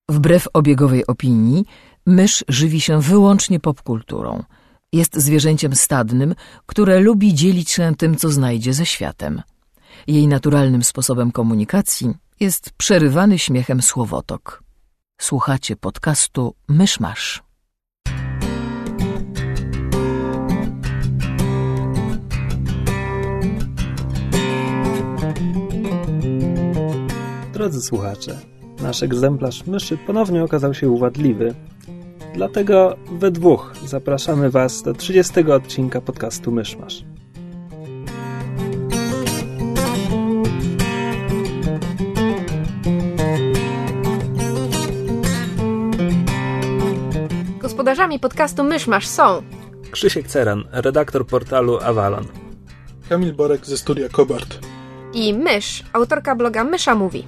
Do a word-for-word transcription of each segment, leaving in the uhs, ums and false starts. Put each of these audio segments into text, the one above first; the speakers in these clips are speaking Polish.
Wbrew obiegowej opinii, mysz żywi się wyłącznie popkulturą. Jest zwierzęciem stadnym, które lubi dzielić się tym, co znajdzie ze światem. Jej naturalnym sposobem komunikacji jest przerywany śmiechem słowotok. Słuchacie podcastu Mysz Masz. Drodzy słuchacze, nasz egzemplarz myszy ponownie okazał się uwadliwy. Dlatego we dwóch zapraszamy Was do trzydziestego odcinka podcastu Mysz Masz. Gospodarzami podcastu Mysz Masz są Krzysiek Ceran, redaktor portalu Avalon. Kamil Borek ze studia Kobart. I Mysz, autorka bloga Mysza Mówi.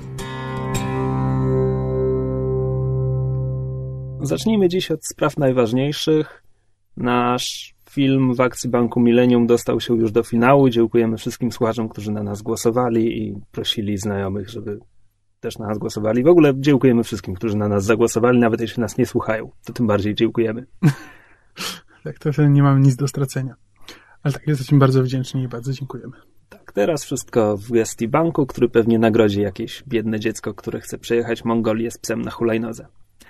Zacznijmy dziś od spraw najważniejszych. Nasz film w akcji Banku Millennium dostał się już do finału. Dziękujemy wszystkim słuchaczom, którzy na nas głosowali i prosili znajomych, żeby też na nas głosowali. W ogóle dziękujemy wszystkim, którzy na nas zagłosowali, nawet jeśli nas nie słuchają. To tym bardziej dziękujemy. Tak, to wtedy nie mamy nic do stracenia. Ale tak, jesteśmy bardzo wdzięczni i bardzo dziękujemy. Tak, teraz wszystko w gestii banku, który pewnie nagrodzi jakieś biedne dziecko, które chce przejechać Mongolię z psem na hulajnodze.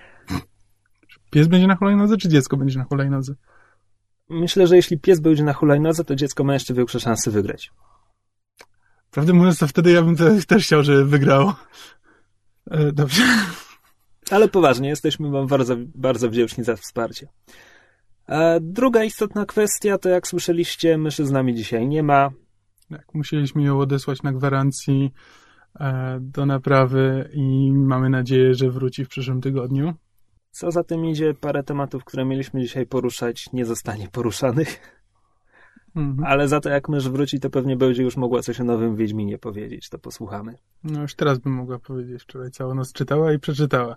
Pies będzie na hulajnodze, czy dziecko będzie na hulajnodze? Myślę, że jeśli pies będzie na hulajnodze, to dziecko ma jeszcze większe szanse wygrać. Prawdę mówiąc, to wtedy ja bym te, też chciał, żeby wygrał. E, dobrze. Ale poważnie, jesteśmy wam bardzo, bardzo wdzięczni za wsparcie. A druga istotna kwestia to, jak słyszeliście, myszy z nami dzisiaj nie ma. Tak, musieliśmy ją odesłać na gwarancji e, do naprawy i mamy nadzieję, że wróci w przyszłym tygodniu. Co za tym idzie, parę tematów, które mieliśmy dzisiaj poruszać, nie zostanie poruszanych. Mhm. Ale za to, jak mysz wróci, to pewnie będzie już mogła coś o nowym Wiedźminie powiedzieć. To posłuchamy. No już teraz bym mogła powiedzieć. Wczoraj całą noc czytała i przeczytała.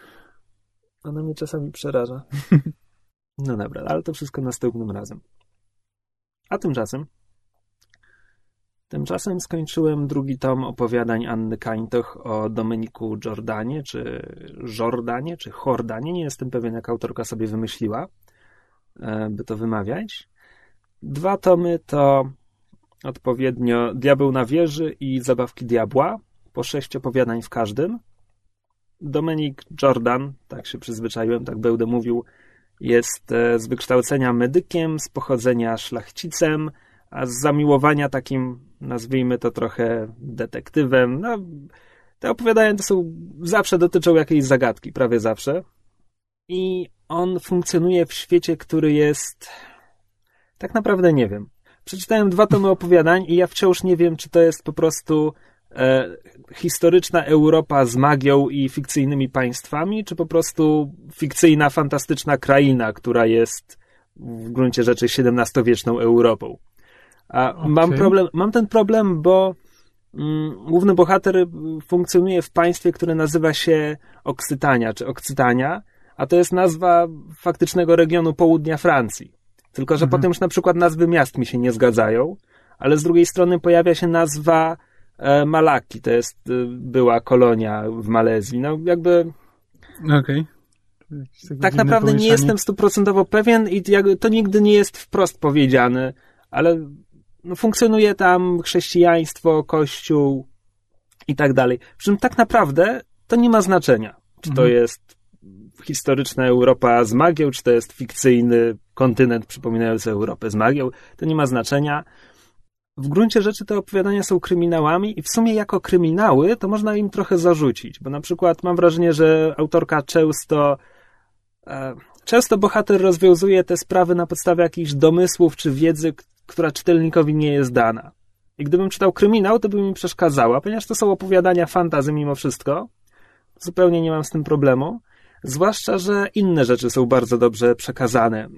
Ona mnie czasami przeraża. No dobra, ale to wszystko następnym razem. A tymczasem? Tymczasem skończyłem drugi tom opowiadań Anny Kańtoch o Dominiku Jordanie, czy Jordanie, czy Jordanie. Nie jestem pewien, jak autorka sobie wymyśliła, by to wymawiać. Dwa tomy to odpowiednio Diabeł na wieży i Zabawki diabła, po sześć opowiadań w każdym. Dominik Jordan, tak się przyzwyczaiłem, tak będę mówił, jest z wykształcenia medykiem, z pochodzenia szlachcicem, a z zamiłowania takim, nazwijmy to trochę detektywem. No, te opowiadania to są, zawsze dotyczą jakiejś zagadki, prawie zawsze. I on funkcjonuje w świecie, który jest... Tak naprawdę nie wiem. Przeczytałem dwa tomy opowiadań i ja wciąż nie wiem, czy to jest po prostu e, historyczna Europa z magią i fikcyjnymi państwami, czy po prostu fikcyjna, fantastyczna kraina, która jest w gruncie rzeczy siedemnastowieczną Europą. A okay. mam problem, mam ten problem, bo mm, główny bohater funkcjonuje w państwie, które nazywa się Oksytania, czy Okcytania, a to jest nazwa faktycznego regionu południa Francji. Tylko że mhm. potem już na przykład nazwy miast mi się nie zgadzają, ale z drugiej strony pojawia się nazwa e, Malaki, to jest e, była kolonia w Malezji. No jakby... Okej. Okay. Tak naprawdę pomieszanie. Nie jestem stuprocentowo pewien i to nigdy nie jest wprost powiedziane, ale no, funkcjonuje tam chrześcijaństwo, kościół i tak dalej. Przy czym tak naprawdę to nie ma znaczenia, czy to mhm. jest historyczna Europa z magią, czy to jest fikcyjny kontynent przypominający Europę z magią. To nie ma znaczenia. W gruncie rzeczy te opowiadania są kryminałami i w sumie jako kryminały to można im trochę zarzucić, bo na przykład mam wrażenie, że autorka często e, często bohater rozwiązuje te sprawy na podstawie jakichś domysłów czy wiedzy, która czytelnikowi nie jest dana. I gdybym czytał kryminał, to by mi przeszkadzała, ponieważ to są opowiadania fantasy mimo wszystko. Zupełnie nie mam z tym problemu. Zwłaszcza, że inne rzeczy są bardzo dobrze przekazane.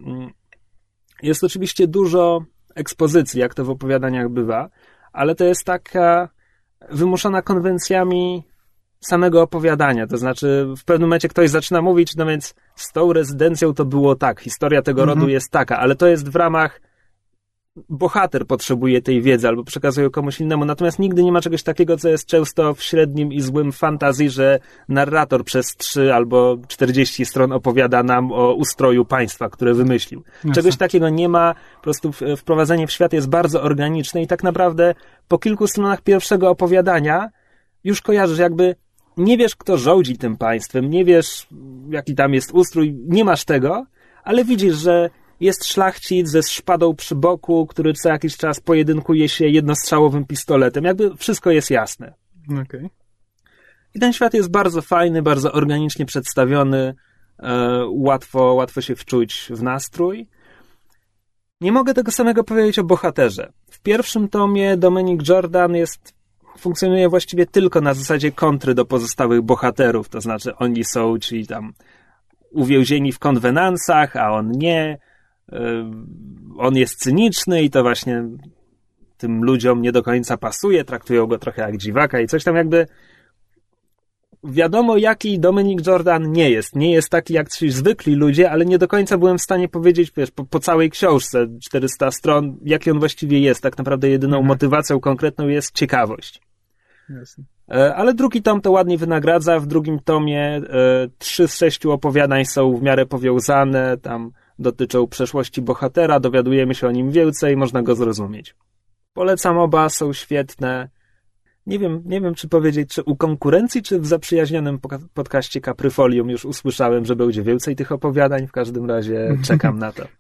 Jest oczywiście dużo ekspozycji, jak to w opowiadaniach bywa, ale to jest taka wymuszona konwencjami samego opowiadania. To znaczy, w pewnym momencie ktoś zaczyna mówić, no więc z tą rezydencją to było tak, historia tego rodu mm-hmm. jest taka, ale to jest w ramach bohater potrzebuje tej wiedzy albo przekazuje komuś innemu, natomiast nigdy nie ma czegoś takiego, co jest często w średnim i złym fantazji, że narrator przez trzy albo czterdzieści stron opowiada nam o ustroju państwa, które wymyślił. Jasne. Czegoś takiego nie ma, po prostu wprowadzenie w świat jest bardzo organiczne i tak naprawdę po kilku stronach pierwszego opowiadania już kojarzysz, jakby nie wiesz, kto rządzi tym państwem, nie wiesz, jaki tam jest ustrój, nie masz tego, ale widzisz, że jest szlachcic ze szpadą przy boku, który co jakiś czas pojedynkuje się jednostrzałowym pistoletem. Jakby wszystko jest jasne. Okay. I ten świat jest bardzo fajny, bardzo organicznie przedstawiony, e, łatwo, łatwo się wczuć w nastrój. Nie mogę tego samego powiedzieć o bohaterze. W pierwszym tomie Dominic Jordan jest, funkcjonuje właściwie tylko na zasadzie kontry do pozostałych bohaterów, to znaczy oni są ci tam uwięzieni w konwenansach, a on nie. On jest cyniczny i to właśnie tym ludziom nie do końca pasuje, traktują go trochę jak dziwaka i coś tam jakby wiadomo, jaki Dominic Jordan nie jest. Nie jest taki jak ci zwykli ludzie, ale nie do końca byłem w stanie powiedzieć, wiesz, po, po całej książce, czterysta stron, jaki on właściwie jest. Tak naprawdę jedyną mhm. motywacją konkretną jest ciekawość. Jasne. Ale drugi tom to ładnie wynagradza. W drugim tomie e, trzy z sześciu opowiadań są w miarę powiązane, tam dotyczą przeszłości bohatera, dowiadujemy się o nim więcej, można go zrozumieć. Polecam oba, są świetne. Nie wiem, nie wiem, czy powiedzieć, czy u konkurencji, czy w zaprzyjaźnionym podcaście Kapryfolium już usłyszałem, że będzie więcej tych opowiadań. W każdym razie czekam na to.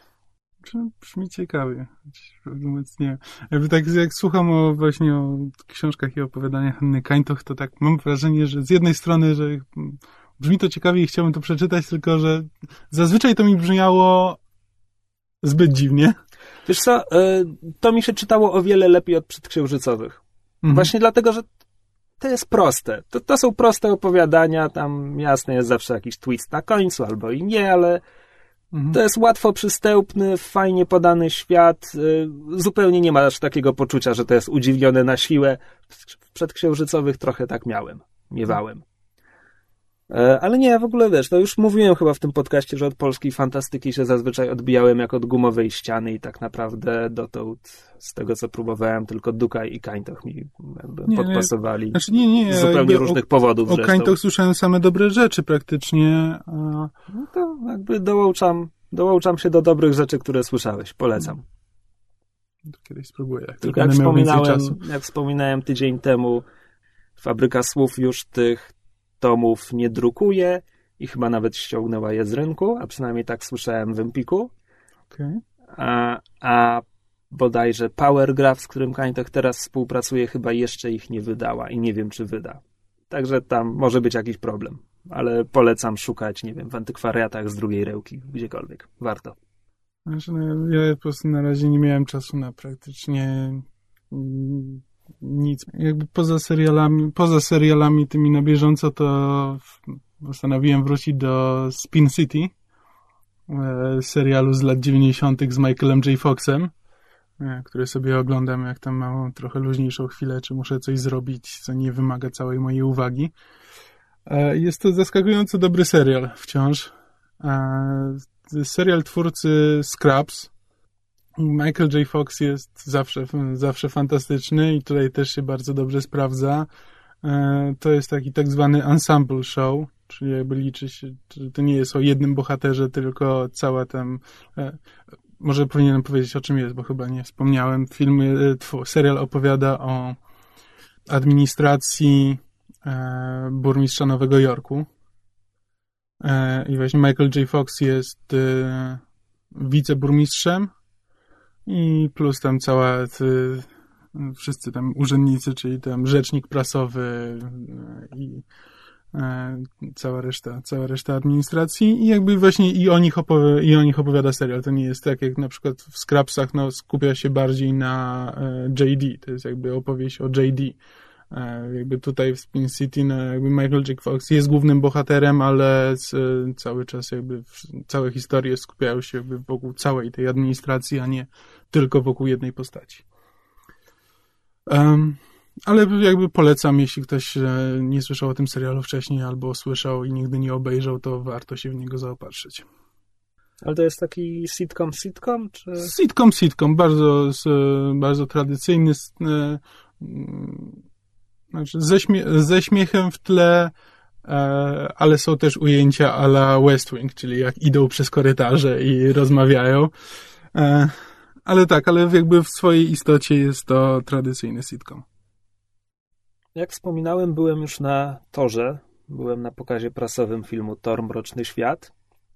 Brzmi ciekawie. Mówiąc, nie. Jakby tak jak słucham o, właśnie o książkach i opowiadaniach Anny Kańtoch, to tak mam wrażenie, że z jednej strony, że brzmi to ciekawie i chciałbym to przeczytać, tylko że zazwyczaj to mi brzmiało zbyt dziwnie. Wiesz co, to mi się czytało o wiele lepiej od przedksiężycowych. Mhm. Właśnie dlatego, że to jest proste. To, to są proste opowiadania, tam jasne jest zawsze jakiś twist na końcu, albo i nie, ale mhm. to jest łatwo przystępny, fajnie podany świat. Zupełnie nie ma aż takiego poczucia, że to jest udziwnione na siłę. W przedksiężycowych trochę tak miałem, miewałem. Ale nie, w ogóle wiesz, no już mówiłem chyba w tym podcaście, że od polskiej fantastyki się zazwyczaj odbijałem jak od gumowej ściany i tak naprawdę dotąd z tego, co próbowałem, tylko Dukaj i Kańtoch mi jakby nie, podpasowali. Nie. Znaczy nie, nie. Z zupełnie różnych o, powodów o zresztą. O Kańtoch słyszałem same dobre rzeczy praktycznie. A... No to jakby dołączam, dołączam się do dobrych rzeczy, które słyszałeś. Polecam. To kiedyś spróbuję. Jak tylko jak wspominałem, jak wspominałem tydzień temu, Fabryka Słów już tych tomów nie drukuje i chyba nawet ściągnęła je z rynku, a przynajmniej tak słyszałem w Empiku. Okay. A, a bodajże Powergraph, z którym Kańtoch teraz współpracuje, chyba jeszcze ich nie wydała i nie wiem, czy wyda. Także tam może być jakiś problem, ale polecam szukać, nie wiem, w antykwariatach z drugiej ręki, gdziekolwiek. Warto. Znaczy, no, ja po prostu na razie nie miałem czasu na praktycznie nic. Jakby poza serialami, poza serialami tymi na bieżąco, to postanowiłem wrócić do Spin City, serialu z lat dziewięćdziesiątych z Michaelem J. Foxem, który sobie oglądam, jak tam mam trochę luźniejszą chwilę, czy muszę coś zrobić, co nie wymaga całej mojej uwagi. Jest to zaskakująco dobry serial wciąż. Serial twórcy Scrubs. Michael J. Fox jest zawsze, zawsze fantastyczny i tutaj też się bardzo dobrze sprawdza. To jest taki tak zwany ensemble show, czyli jakby liczy się, że to nie jest o jednym bohaterze, tylko cała tam... Może powinienem powiedzieć, o czym jest, bo chyba nie wspomniałem. Film, serial opowiada o administracji burmistrza Nowego Jorku. I właśnie Michael J. Fox jest wiceburmistrzem i plus tam cała wszyscy tam urzędnicy, czyli tam rzecznik prasowy i cała reszta, cała reszta administracji i jakby właśnie i o nich, opowi- i o nich opowiada serial. To nie jest tak jak na przykład w Scrubsach, no skupia się bardziej na J D. To jest jakby opowieść o J D. Jakby tutaj w Spin City, no jakby Michael J. Fox jest głównym bohaterem, ale z, cały czas jakby całe historie skupiają się jakby wokół całej tej administracji, a nie tylko wokół jednej postaci. Um, ale jakby polecam, jeśli ktoś nie słyszał o tym serialu wcześniej albo słyszał i nigdy nie obejrzał, to warto się w niego zaopatrzyć. Ale to jest taki sitcom, sitcom? Czy... Sitcom, sitcom, bardzo, bardzo tradycyjny, znaczy ze, śmie- ze śmiechem w tle, ale są też ujęcia a la West Wing, czyli jak idą przez korytarze i rozmawiają. Ale tak, ale jakby w swojej istocie jest to tradycyjny sitcom. Jak wspominałem, byłem już na torze. Byłem na pokazie prasowym filmu Thor Mroczny Świat.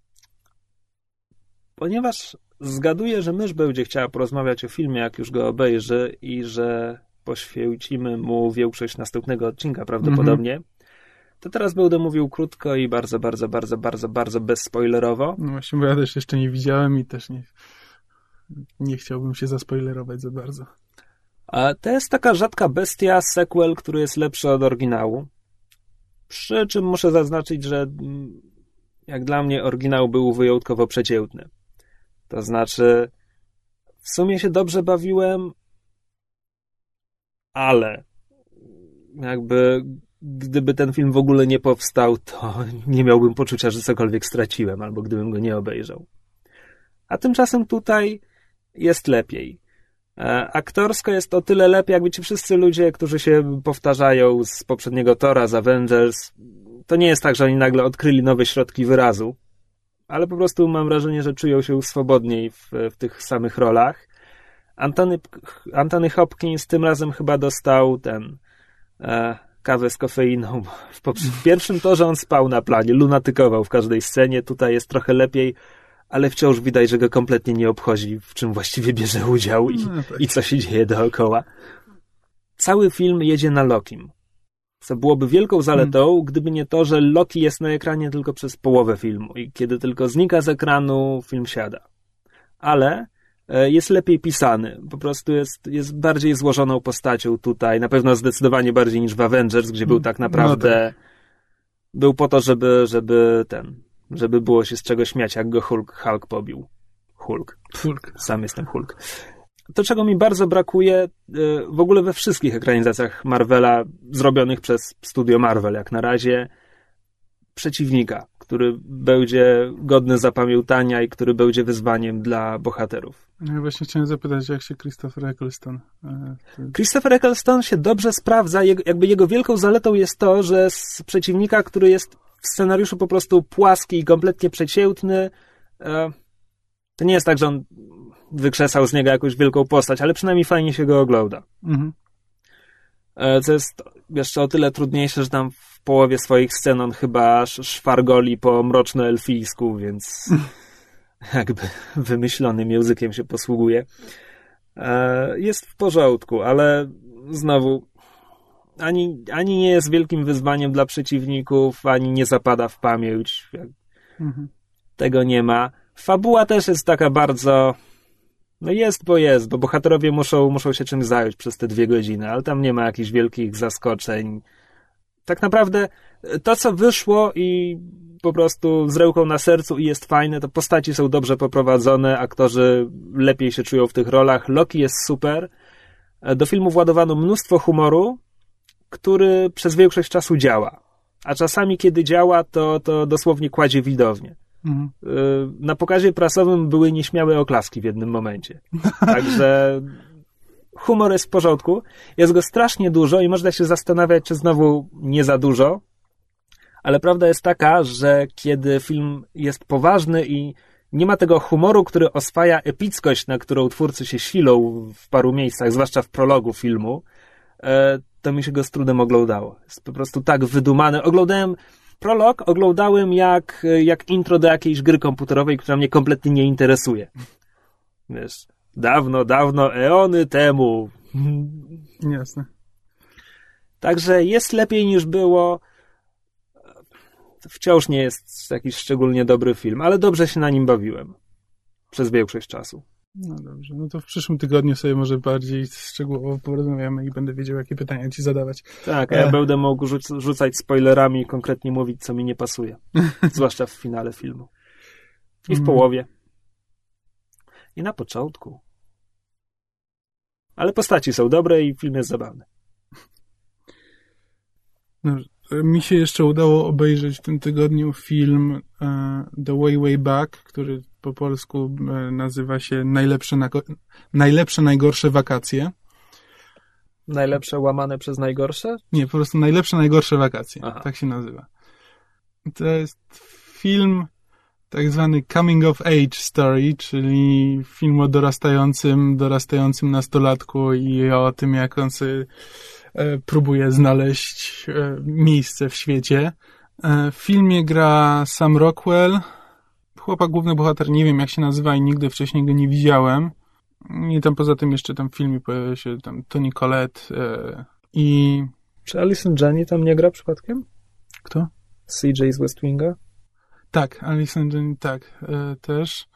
Ponieważ zgaduję, że mysz będzie chciała porozmawiać o filmie, jak już go obejrzy i że poświęcimy mu większość następnego odcinka prawdopodobnie, mm-hmm. to teraz będę mówił krótko i bardzo, bardzo, bardzo, bardzo, bardzo bezspoilerowo. No właśnie, bo ja też jeszcze nie widziałem i też nie, nie chciałbym się zaspoilerować za bardzo. A to jest taka rzadka bestia, sequel, który jest lepszy od oryginału. Przy czym muszę zaznaczyć, że jak dla mnie oryginał był wyjątkowo przeciętny. To znaczy, w sumie się dobrze bawiłem, ale jakby gdyby ten film w ogóle nie powstał, to nie miałbym poczucia, że cokolwiek straciłem, albo gdybym go nie obejrzał. A tymczasem tutaj jest lepiej. Aktorsko jest o tyle lepiej, jakby ci wszyscy ludzie, którzy się powtarzają z poprzedniego Thora, z Avengers, to nie jest tak, że oni nagle odkryli nowe środki wyrazu, ale po prostu mam wrażenie, że czują się swobodniej w, w tych samych rolach. Anthony, Anthony Hopkins tym razem chyba dostał ten e, kawę z kofeiną. W, w pierwszym Torze on spał na planie, lunatykował w każdej scenie, tutaj jest trochę lepiej, ale wciąż widać, że go kompletnie nie obchodzi, w czym właściwie bierze udział i, no tak. i co się dzieje dookoła. Cały film jedzie na Lokim, co byłoby wielką zaletą, hmm. gdyby nie to, że Loki jest na ekranie tylko przez połowę filmu i kiedy tylko znika z ekranu, film siada. Ale jest lepiej pisany, po prostu jest, jest bardziej złożoną postacią tutaj, na pewno zdecydowanie bardziej niż w Avengers, gdzie był tak naprawdę, no tak. był po to, żeby, żeby ten... żeby było się z czego śmiać, jak go Hulk, Hulk pobił. Hulk. Hulk. Sam jestem Hulk. To, czego mi bardzo brakuje w ogóle we wszystkich ekranizacjach Marvela zrobionych przez studio Marvel, jak na razie, przeciwnika, który będzie godny zapamiętania i który będzie wyzwaniem dla bohaterów. Ja właśnie chciałem zapytać, jak się Christopher Eccleston... Ty... Christopher Eccleston się dobrze sprawdza. Jakby jego wielką zaletą jest to, że z przeciwnika, który jest w scenariuszu po prostu płaski i kompletnie przeciętny, to nie jest tak, że on wykrzesał z niego jakąś wielką postać, ale przynajmniej fajnie się go ogląda. Mhm. Co jest jeszcze o tyle trudniejsze, że tam w połowie swoich scen on chyba szwargoli po mroczno-elfijsku, więc jakby wymyślonym językiem się posługuje. Jest w porządku, ale znowu ani, ani nie jest wielkim wyzwaniem dla przeciwników, ani nie zapada w pamięć. Mhm. Tego nie ma. Fabuła też jest taka bardzo... No jest, bo jest, bo bohaterowie muszą, muszą się czymś zająć przez te dwie godziny, ale tam nie ma jakichś wielkich zaskoczeń. Tak naprawdę to, co wyszło i po prostu z ręką na sercu i jest fajne, to postaci są dobrze poprowadzone, aktorzy lepiej się czują w tych rolach, Loki jest super. Do filmu władowano mnóstwo humoru, który przez większość czasu działa. A czasami, kiedy działa, to, to dosłownie kładzie widownię. Mhm. Na pokazie prasowym były nieśmiałe oklaski w jednym momencie. Także humor jest w porządku. Jest go strasznie dużo i można się zastanawiać, czy znowu nie za dużo. Ale prawda jest taka, że kiedy film jest poważny i nie ma tego humoru, który oswaja epickość, na którą twórcy się silą w paru miejscach, zwłaszcza w prologu filmu, to mi się go z trudem oglądało. Jest po prostu tak wydumany. Oglądałem prolog, oglądałem jak, jak intro do jakiejś gry komputerowej, która mnie kompletnie nie interesuje. Wiesz, dawno, dawno, eony temu. Jasne. Także jest lepiej niż było. Wciąż nie jest jakiś szczególnie dobry film, ale dobrze się na nim bawiłem. Przez większość czasu. No dobrze, no to w przyszłym tygodniu sobie może bardziej szczegółowo porozmawiamy i będę wiedział, jakie pytania ci zadawać. Tak, a ja e... będę mógł rzuc- rzucać spoilerami i konkretnie mówić, co mi nie pasuje. Zwłaszcza w finale filmu. I w połowie. I na początku. Ale postaci są dobre i film jest zabawny. No, mi się jeszcze udało obejrzeć w tym tygodniu film uh, The Way, Way Back, który po polsku nazywa się Najlepsze, na, najlepsze najgorsze wakacje. Najlepsze łamane przez najgorsze? Nie, po prostu Najlepsze najgorsze wakacje. Aha. Tak się nazywa. To jest film tak zwany coming of age story, czyli film o dorastającym, dorastającym nastolatku i o tym, jak on sobie e, próbuje znaleźć e, miejsce w świecie. E, w filmie gra Sam Rockwell. Chłopak, główny bohater, nie wiem jak się nazywa i nigdy wcześniej go nie widziałem. I tam poza tym jeszcze tam w filmie pojawia się tam Toni Collette e, i... Czy Alison Janney tam nie gra przypadkiem? Kto? C J z West Winga? Tak, Alison Janney, tak, e, też.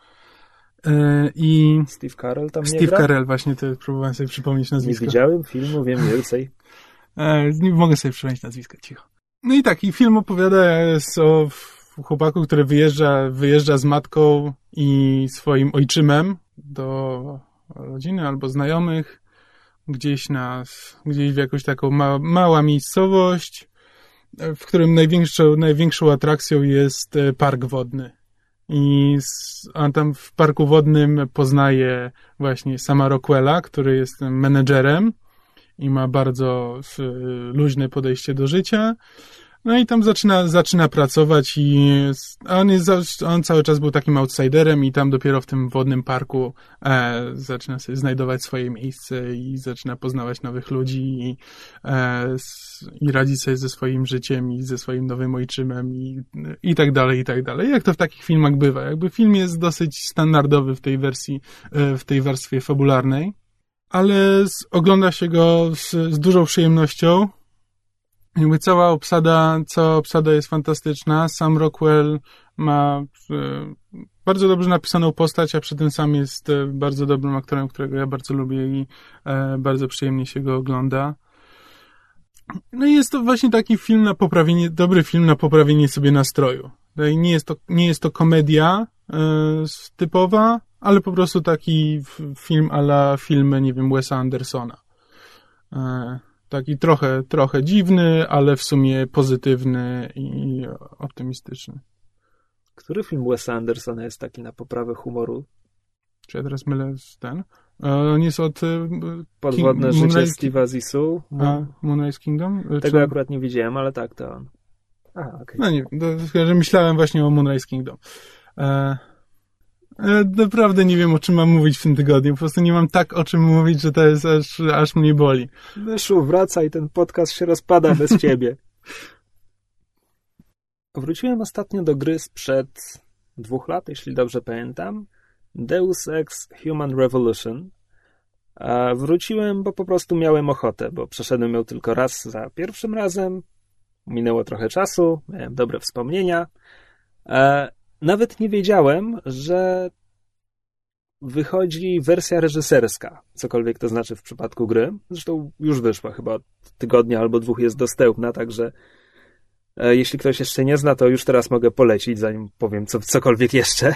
E, I... Steve Carell tam Steve nie gra? Steve Carell, właśnie to próbowałem sobie przypomnieć nazwisko. Nie widziałem filmu, wiem więcej. E, nie mogę sobie przypomnieć nazwiska, cicho. No i tak, i film opowiada o chłopaku, który wyjeżdża, wyjeżdża z matką i swoim ojczymem do rodziny albo znajomych, gdzieś na, gdzieś w jakąś taką ma, mała miejscowość, w którym największą, największą atrakcją jest park wodny. I on tam w parku wodnym poznaje właśnie Sama Rockwella, który jest menedżerem i ma bardzo luźne podejście do życia. No i tam zaczyna, zaczyna pracować i on, jest, on cały czas był takim outsiderem i tam dopiero w tym wodnym parku e, zaczyna sobie znajdować swoje miejsce i zaczyna poznawać nowych ludzi i, e, i radzić sobie ze swoim życiem i ze swoim nowym ojczymem i, i tak dalej, i tak dalej. Jak to w takich filmach bywa. Jakby film jest dosyć standardowy w tej wersji, e, w tej warstwie fabularnej, ale z, ogląda się go z, z dużą przyjemnością. Jakby cała obsada, cała obsada jest fantastyczna. Sam Rockwell ma e, bardzo dobrze napisaną postać, a przy tym sam jest e, bardzo dobrym aktorem, którego ja bardzo lubię i e, bardzo przyjemnie się go ogląda. No i jest to właśnie taki film na poprawienie, dobry film na poprawienie sobie nastroju. No i nie jest to, nie jest to komedia e, typowa, ale po prostu taki film a la filmy, nie wiem, Wesa Andersona. E, Taki trochę, trochę dziwny, ale w sumie pozytywny i optymistyczny. Który film Wesa Andersona jest taki na poprawę humoru? Czy ja teraz mylę z ten? On jest od... Podwodne King, życie Steve'a Zissou. A, Moonrise Kingdom? Tego Czy... akurat nie widziałem, ale tak, to on. Aha, okej. Okay. No nie wiem, że myślałem właśnie o Moonrise Kingdom. E... Naprawdę nie wiem, o czym mam mówić w tym tygodniu. Po prostu nie mam tak o czym mówić, że to jest aż, aż mnie boli. Myszu, wracaj, ten podcast się rozpada bez ciebie. Wróciłem ostatnio do gry sprzed dwóch lat, jeśli dobrze pamiętam. Deus Ex Human Revolution. A wróciłem, bo po prostu miałem ochotę, bo przeszedłem ją tylko raz za pierwszym razem. Minęło trochę czasu, miałem dobre wspomnienia. A nawet nie wiedziałem, że wychodzi wersja reżyserska, cokolwiek to znaczy w przypadku gry. Zresztą już wyszła, chyba od tygodnia albo dwóch jest dostępna, także e, jeśli ktoś jeszcze nie zna, to już teraz mogę polecić, zanim powiem co, cokolwiek jeszcze.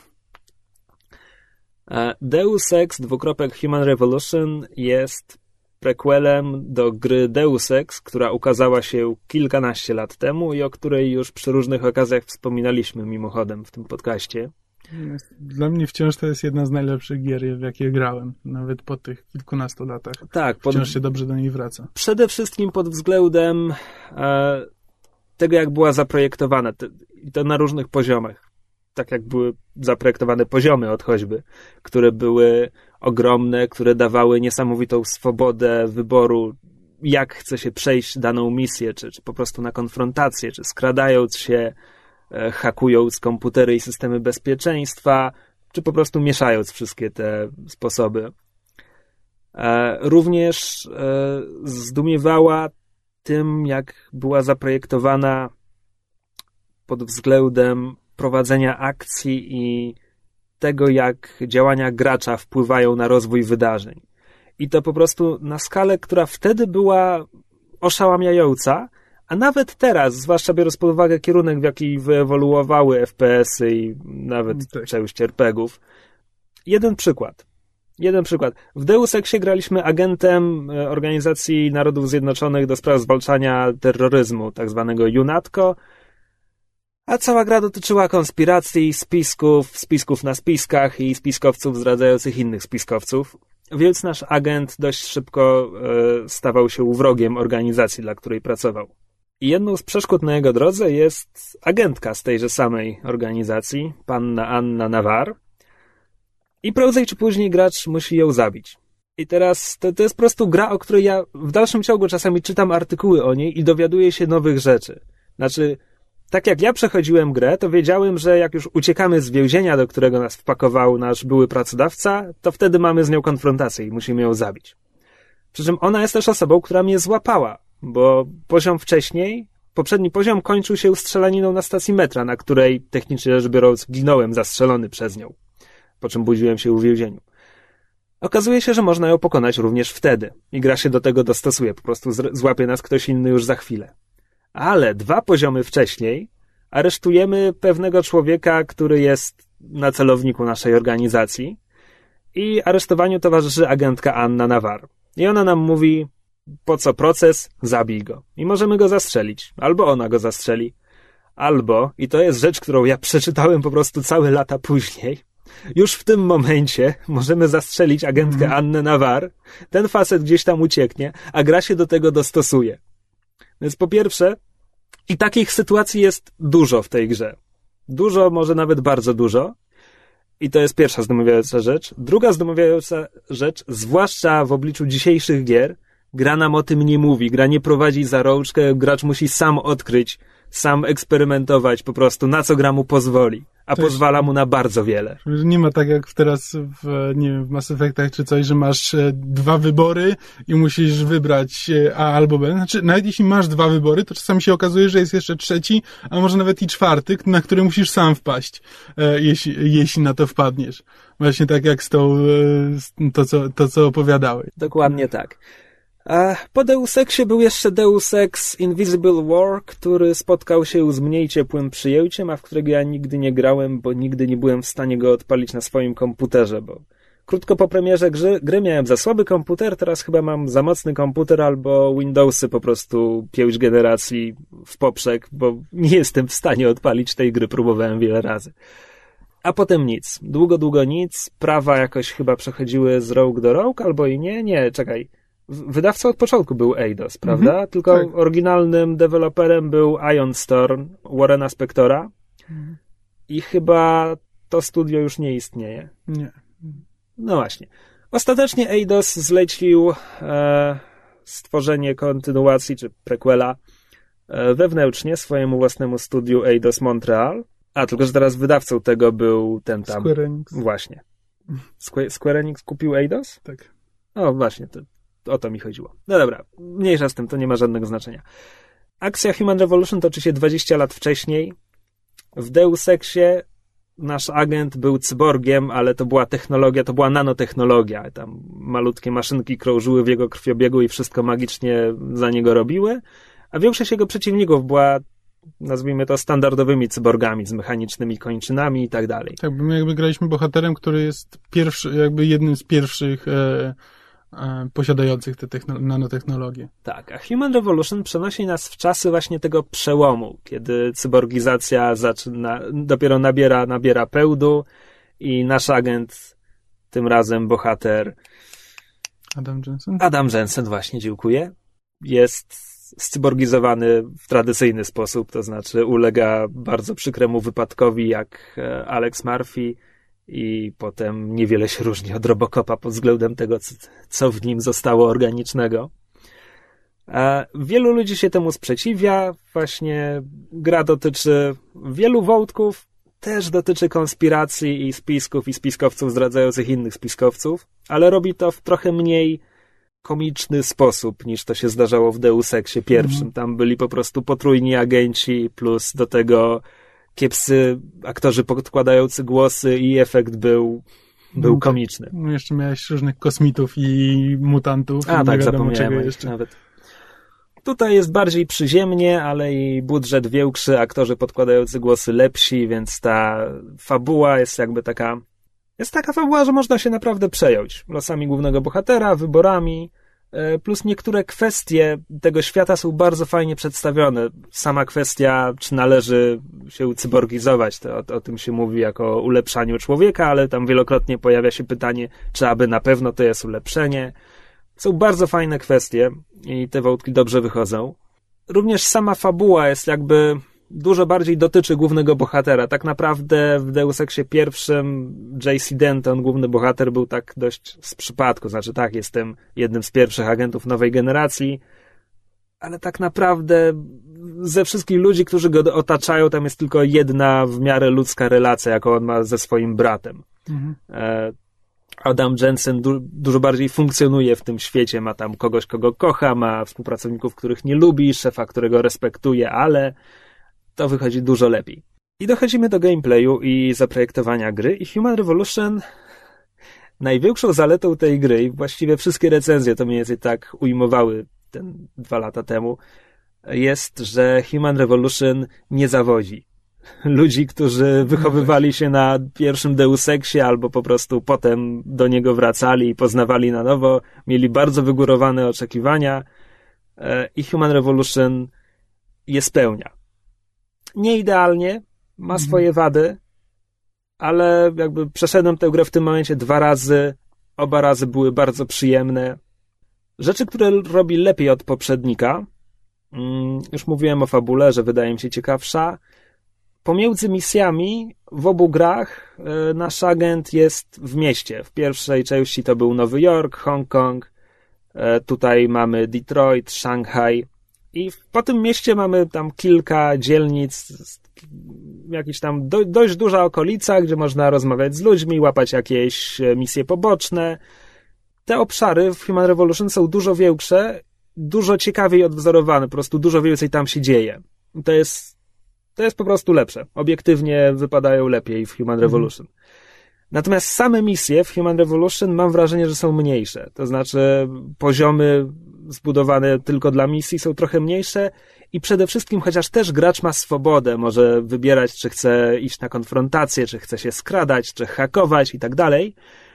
E, Deus Ex dwukropek Human Revolution jest prequelem do gry Deus Ex, która ukazała się kilkanaście lat temu i o której już przy różnych okazjach wspominaliśmy mimochodem w tym podcaście. Dla mnie wciąż to jest jedna z najlepszych gier, w jakie grałem, nawet po tych kilkunastu latach. Tak. Pod... Wciąż się dobrze do niej wraca. Przede wszystkim pod względem e, tego, jak była zaprojektowana. I to na różnych poziomach. Tak jak były zaprojektowane poziomy od choćby, które były ogromne, które dawały niesamowitą swobodę wyboru, jak chce się przejść daną misję, czy, czy po prostu na konfrontację, czy skradając się, e, hakując komputery i systemy bezpieczeństwa, czy po prostu mieszając wszystkie te sposoby. E, również e, zdumiewała tym, jak była zaprojektowana pod względem prowadzenia akcji i tego, jak działania gracza wpływają na rozwój wydarzeń. I to po prostu na skalę, która wtedy była oszałamiająca, a nawet teraz, zwłaszcza biorąc pod uwagę kierunek, w jaki wyewoluowały F P S-y i nawet tak. część er pe gów. Jeden przykład. Jeden przykład. W Deus Exie graliśmy agentem Organizacji Narodów Zjednoczonych do spraw zwalczania terroryzmu, tak zwanego UNATCO. A cała gra dotyczyła konspiracji, spisków, spisków na spiskach i spiskowców zdradzających innych spiskowców. Więc nasz agent dość szybko e, stawał się wrogiem organizacji, dla której pracował. I jedną z przeszkód na jego drodze jest agentka z tejże samej organizacji, panna Anna Navarre. I prędzej czy później gracz musi ją zabić. I teraz to, to jest po prostu gra, o której ja w dalszym ciągu czasami czytam artykuły o niej i dowiaduję się nowych rzeczy. Znaczy, tak jak ja przechodziłem grę, to wiedziałem, że jak już uciekamy z więzienia, do którego nas wpakował nasz były pracodawca, to wtedy mamy z nią konfrontację i musimy ją zabić. Przy czym ona jest też osobą, która mnie złapała, bo poziom wcześniej, poprzedni poziom kończył się strzelaniną na stacji metra, na której technicznie rzecz biorąc ginąłem zastrzelony przez nią, po czym budziłem się w więzieniu. Okazuje się, że można ją pokonać również wtedy i gra się do tego dostosuje, po prostu złapie nas ktoś inny już za chwilę. Ale dwa poziomy wcześniej aresztujemy pewnego człowieka, który jest na celowniku naszej organizacji i aresztowaniu towarzyszy agentka Anna Navarre. I ona nam mówi, po co proces, zabij go. I możemy go zastrzelić. Albo ona go zastrzeli. Albo, i to jest rzecz, którą ja przeczytałem po prostu całe lata później, już w tym momencie możemy zastrzelić agentkę mm. Annę Navarre, ten facet gdzieś tam ucieknie, a gra się do tego dostosuje. Więc po pierwsze, i takich sytuacji jest dużo w tej grze. Dużo, może nawet bardzo dużo. I to jest pierwsza zdumiewająca rzecz. Druga zdumiewająca rzecz, zwłaszcza w obliczu dzisiejszych gier, gra nam o tym nie mówi. Gra nie prowadzi za rączkę, gracz musi sam odkryć, sam eksperymentować po prostu, na co gra mu pozwoli. A to pozwala jest, mu na bardzo wiele. Nie ma tak jak teraz w, nie wiem, w Mass Effectach czy coś, że masz dwa wybory i musisz wybrać A albo B. Znaczy, nawet jeśli masz dwa wybory, to czasami się okazuje, że jest jeszcze trzeci, a może nawet i czwarty, na który musisz sam wpaść, jeśli, jeśli na to wpadniesz. Właśnie tak jak z tą, to co, to, co opowiadałeś. Dokładnie tak. A po Deus Exie był jeszcze Deus Ex Invisible War, który spotkał się z mniej ciepłym przyjęciem, a w którego ja nigdy nie grałem, bo nigdy nie byłem w stanie go odpalić na swoim komputerze, bo krótko po premierze gry, gry miałem za słaby komputer, teraz chyba mam za mocny komputer albo Windowsy po prostu pięć generacji w poprzek, bo nie jestem w stanie odpalić tej gry, próbowałem wiele razy. A potem nic. Długo, długo nic. Prawa jakoś chyba przechodziły z rąk do rąk, albo i nie. Nie, czekaj. Wydawcą od początku był Eidos, prawda? Mhm, tylko tak. Oryginalnym deweloperem był Ion Storm, Warrena Spectora mhm. i chyba to studio już nie istnieje. Nie. No właśnie. Ostatecznie Eidos zlecił e, stworzenie kontynuacji, czy prequela e, wewnętrznie swojemu własnemu studiu Eidos Montreal. A, tylko że teraz wydawcą tego był ten tam... Square Enix. Właśnie. Square, Square Enix kupił Eidos? Tak. O, właśnie, to o to mi chodziło. No dobra, mniejsza z tym, to nie ma żadnego znaczenia. Akcja Human Revolution toczy się dwadzieścia lat wcześniej. W Deus Exie nasz agent był cyborgiem, ale to była technologia, to była nanotechnologia. Tam malutkie maszynki krążyły w jego krwiobiegu i wszystko magicznie za niego robiły. A większość jego przeciwników była, nazwijmy to, standardowymi cyborgami z mechanicznymi kończynami i tak dalej. Tak, bo my jakby graliśmy bohaterem, który jest pierwszy, jakby jednym z pierwszych e, e, posiadających te techno- nanotechnologie. Tak, a Human Revolution przenosi nas w czasy właśnie tego przełomu, kiedy cyborgizacja zaczyna, dopiero nabiera, nabiera pełdu i nasz agent, tym razem bohater Adam Jensen? Adam Jensen, właśnie, dziękuję. Jest scyborgizowany w tradycyjny sposób, to znaczy ulega bardzo przykremu wypadkowi jak Alex Murphy i potem niewiele się różni od Robocopa pod względem tego, co w nim zostało organicznego. Wielu ludzi się temu sprzeciwia, właśnie gra dotyczy wielu wątków, też dotyczy konspiracji i spisków i spiskowców zdradzających innych spiskowców, ale robi to w trochę mniej komiczny sposób, niż to się zdarzało w Deus Exie pierwszym. Mm. Tam byli po prostu potrójni agenci, plus do tego kiepscy aktorzy podkładający głosy i efekt był, był komiczny. No jeszcze miałeś różnych kosmitów i mutantów. A tak, zapomniałem jeszcze. Nawet. Tutaj jest bardziej przyziemnie, ale i budżet większy, aktorzy podkładający głosy lepsi, więc ta fabuła jest jakby taka Jest taka fabuła, że można się naprawdę przejąć losami głównego bohatera, wyborami, Plus niektóre kwestie tego świata są bardzo fajnie przedstawione. Sama kwestia, czy należy się ucyborgizować, to o, o tym się mówi jako o ulepszaniu człowieka, ale tam wielokrotnie pojawia się pytanie, czy aby na pewno to jest ulepszenie. Są bardzo fajne kwestie i te wątki dobrze wychodzą. Również sama fabuła jest jakby dużo bardziej dotyczy głównego bohatera. Tak naprawdę w Deus Exie pierwszym J C Denton, główny bohater, był tak dość z przypadku. Znaczy tak, jestem jednym z pierwszych agentów nowej generacji, ale tak naprawdę ze wszystkich ludzi, którzy go otaczają, tam jest tylko jedna w miarę ludzka relacja, jaką on ma ze swoim bratem. Mhm. Adam Jensen du- dużo bardziej funkcjonuje w tym świecie, ma tam kogoś, kogo kocha, ma współpracowników, których nie lubi, szefa, którego respektuje, ale to wychodzi dużo lepiej. I dochodzimy do gameplayu i zaprojektowania gry i Human Revolution, największą zaletą tej gry, i właściwie wszystkie recenzje to mniej więcej tak ujmowały ten dwa lata temu, jest, że Human Revolution nie zawodzi. Ludzi, którzy wychowywali się na pierwszym Deus Exie albo po prostu potem do niego wracali i poznawali na nowo, mieli bardzo wygórowane oczekiwania i Human Revolution je spełnia. Nie idealnie, ma swoje wady, ale jakby przeszedłem tę grę w tym momencie dwa razy, oba razy były bardzo przyjemne. Rzeczy, które robi lepiej od poprzednika, już mówiłem o fabule, że wydaje mi się ciekawsza. Pomiędzy misjami w obu grach nasz agent jest w mieście. W pierwszej części to był Nowy Jork, Hongkong, tutaj mamy Detroit, Szanghaj i po tym mieście mamy tam kilka dzielnic, jakieś tam do, dość duża okolica, gdzie można rozmawiać z ludźmi, łapać jakieś misje poboczne. Te obszary w Human Revolution są dużo większe, dużo ciekawiej odwzorowane, po prostu dużo więcej tam się dzieje. To jest To jest po prostu lepsze. Obiektywnie wypadają lepiej w Human Revolution. Mhm. Natomiast same misje w Human Revolution mam wrażenie, że są mniejsze. To znaczy poziomy zbudowane tylko dla misji są trochę mniejsze i przede wszystkim, chociaż też gracz ma swobodę, może wybierać, czy chce iść na konfrontację, czy chce się skradać, czy hakować i tak dalej.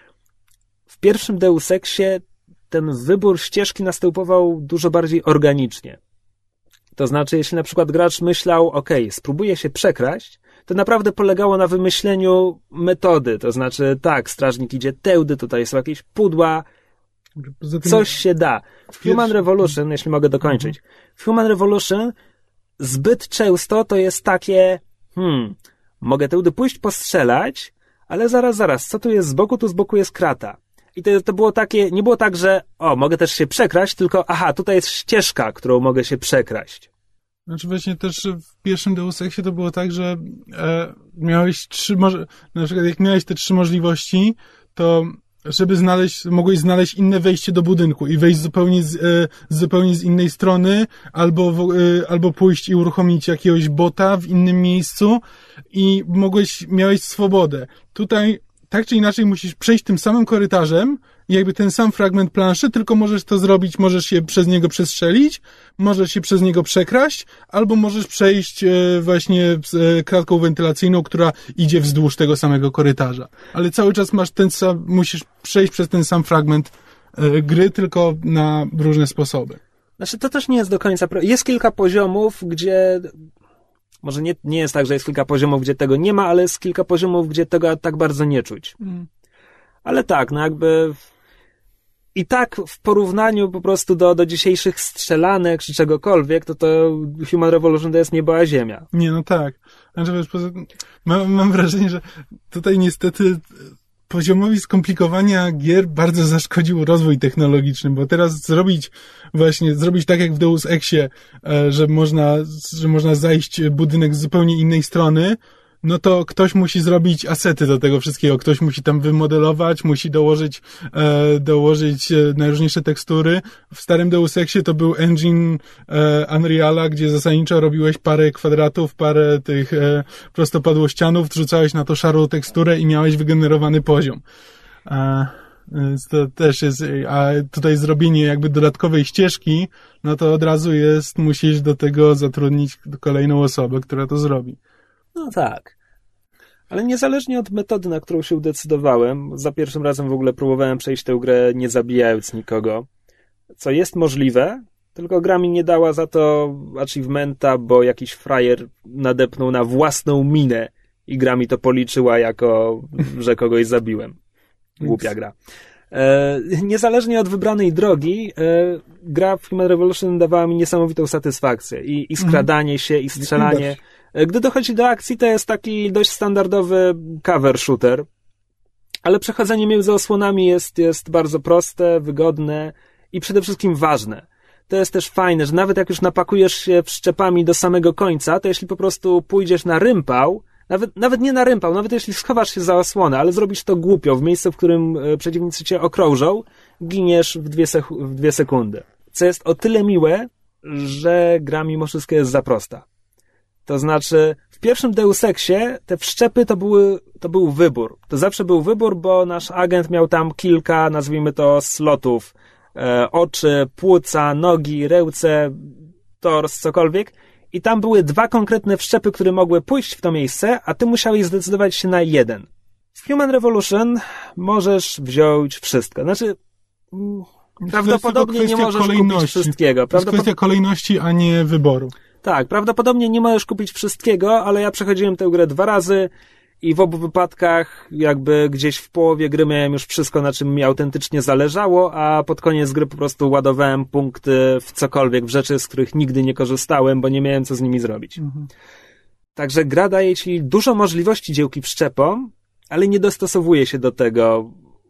W pierwszym Deus Exie ten wybór ścieżki następował dużo bardziej organicznie. To znaczy, jeśli na przykład gracz myślał, ok, spróbuję się przekraść, to naprawdę polegało na wymyśleniu metody. To znaczy, tak, strażnik idzie tędy, tutaj są jakieś pudła, coś się da. W Human Revolution, jeśli mogę dokończyć, w Human Revolution zbyt często to jest takie, hmm, mogę tędy pójść postrzelać, ale zaraz, zaraz, co tu jest z boku? Tu z boku jest krata. I to, to było takie, nie było tak, że o, mogę też się przekraść, tylko aha, tutaj jest ścieżka, którą mogę się przekraść. Znaczy właśnie też w pierwszym Deus Exie to było tak, że e, miałeś trzy, może, na przykład jak miałeś te trzy możliwości, to żeby znaleźć, mogłeś znaleźć inne wejście do budynku i wejść zupełnie z, e, zupełnie z innej strony, albo, w, e, albo pójść i uruchomić jakiegoś bota w innym miejscu i mogłeś, miałeś swobodę. Tutaj tak czy inaczej musisz przejść tym samym korytarzem i jakby ten sam fragment planszy, tylko możesz to zrobić, możesz się przez niego przestrzelić, możesz się przez niego przekraść, albo możesz przejść właśnie z kratką wentylacyjną, która idzie wzdłuż tego samego korytarza. Ale cały czas masz ten sam, musisz przejść przez ten sam fragment gry, tylko na różne sposoby. Znaczy to też nie jest do końca... Jest kilka poziomów, gdzie... Może nie, nie jest tak, że jest kilka poziomów, gdzie tego nie ma, ale jest kilka poziomów, gdzie tego tak bardzo nie czuć. Mm. Ale tak, no jakby i tak w porównaniu po prostu do, do dzisiejszych strzelanek czy czegokolwiek, to to Human Revolution to jest niebo a ziemia. Nie, no tak. Znaczy, wiesz, poza, mam, mam wrażenie, że tutaj niestety poziomowi skomplikowania gier bardzo zaszkodził rozwój technologiczny, bo teraz zrobić właśnie, zrobić tak jak w Deus Exie, że można, że można zajść budynek z zupełnie innej strony, no to ktoś musi zrobić asety do tego wszystkiego, ktoś musi tam wymodelować, musi dołożyć, e, dołożyć najróżniejsze tekstury. W starym Deus Exie to był engine e, Unreala, gdzie zasadniczo robiłeś parę kwadratów, parę tych e, prostopadłościanów, wrzucałeś na to szarą teksturę i miałeś wygenerowany poziom. E, więc to też jest, a tutaj zrobienie jakby dodatkowej ścieżki, no to od razu jest, musisz do tego zatrudnić kolejną osobę, która to zrobi. No tak. Ale niezależnie od metody, na którą się decydowałem, za pierwszym razem w ogóle próbowałem przejść tę grę nie zabijając nikogo. co jest możliwe, tylko gra mi nie dała za to achievementa, bo jakiś frajer nadepnął na własną minę i gra mi to policzyła jako, że kogoś zabiłem. Głupia gra. E, niezależnie od wybranej drogi, e, gra w Human Revolution dawała mi niesamowitą satysfakcję. I, i skradanie mm. się, i strzelanie. E, gdy dochodzi do akcji, to jest taki dość standardowy cover shooter. Ale przechodzenie między osłonami jest, jest bardzo proste, wygodne i przede wszystkim ważne. To jest też fajne, że nawet jak już napakujesz się wszczepami do samego końca, to jeśli po prostu pójdziesz na rympał, Nawet, nawet nie na rympał, nawet jeśli schowasz się za osłonę, ale zrobisz to głupio, w miejscu, w którym przeciwnicy cię okrążą, giniesz w dwie, sek- w dwie sekundy. Co jest o tyle miłe, że gra mimo wszystko jest za prosta. To znaczy, w pierwszym Deus Exie te wszczepy to, były, to był wybór. To zawsze był wybór, bo nasz agent miał tam kilka, nazwijmy to, slotów. E, oczy, płuca, nogi, ręce, tors, cokolwiek. I tam były dwa konkretne wszczepy, które mogły pójść w to miejsce, a ty musiałeś zdecydować się na jeden. W Human Revolution możesz wziąć wszystko. Znaczy, prawdopodobnie nie możesz kupić wszystkiego. To jest kwestia kolejności, a nie wyboru. Tak, prawdopodobnie nie możesz kupić wszystkiego, ale ja przechodziłem tę grę dwa razy i w obu wypadkach jakby gdzieś w połowie gry miałem już wszystko, na czym mi autentycznie zależało, a pod koniec gry po prostu ładowałem punkty w cokolwiek, w rzeczy, z których nigdy nie korzystałem, bo nie miałem co z nimi zrobić. Mhm. Także gra daje ci dużo możliwości dzięki wszczepom, ale nie dostosowuje się do tego,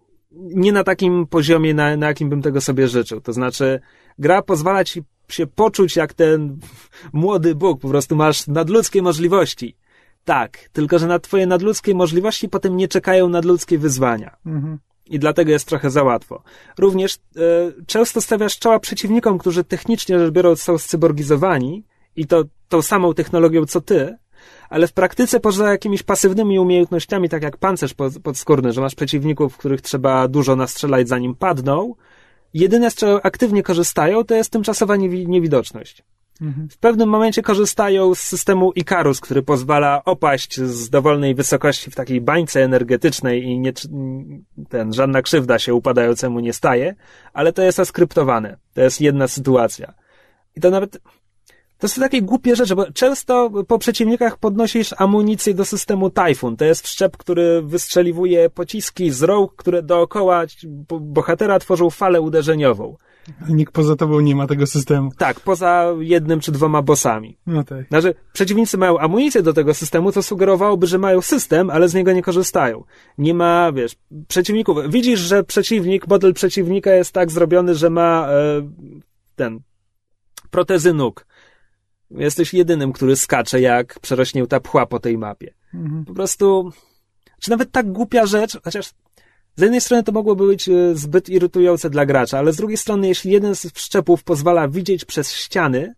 nie na takim poziomie, na, na jakim bym tego sobie życzył. To znaczy, gra pozwala ci się poczuć jak ten młody Bóg, po prostu masz nadludzkie możliwości. Tak, tylko że na twoje nadludzkie możliwości potem nie czekają nadludzkie wyzwania. Mhm. I dlatego jest trochę za łatwo. Również e, często stawiasz czoła przeciwnikom, którzy technicznie rzecz biorąc są scyborgizowani i to tą samą technologią co ty, ale w praktyce poza jakimiś pasywnymi umiejętnościami, tak jak pancerz podskórny, że masz przeciwników, których trzeba dużo nastrzelać zanim padną, jedyne z czego aktywnie korzystają, to jest tymczasowa niewi- niewidoczność. Mhm. W pewnym momencie korzystają z systemu Icarus, który pozwala opaść z dowolnej wysokości w takiej bańce energetycznej i nie, ten, żadna krzywda się upadającemu nie staje, ale to jest askryptowane. To jest jedna sytuacja. I to nawet, to są takie głupie rzeczy, bo często po przeciwnikach podnosisz amunicję do systemu Typhoon. To jest wszczep, który wystrzeliwuje pociski z rąk, które dookoła bohatera tworzą falę uderzeniową. Nikt poza tobą nie ma tego systemu. Tak, poza jednym czy dwoma bossami. No tak. Znaczy, przeciwnicy mają amunicję do tego systemu, co sugerowałoby, że mają system, ale z niego nie korzystają. Nie ma, wiesz, przeciwników. Widzisz, że przeciwnik, model przeciwnika jest tak zrobiony, że ma e, ten protezy nóg. Jesteś jedynym, który skacze jak przerośnięta pchła po tej mapie. Mhm. Po prostu, czy nawet tak głupia rzecz, chociaż z jednej strony to mogłoby być zbyt irytujące dla gracza, ale z drugiej strony, jeśli jeden z wszczepów pozwala widzieć przez ściany,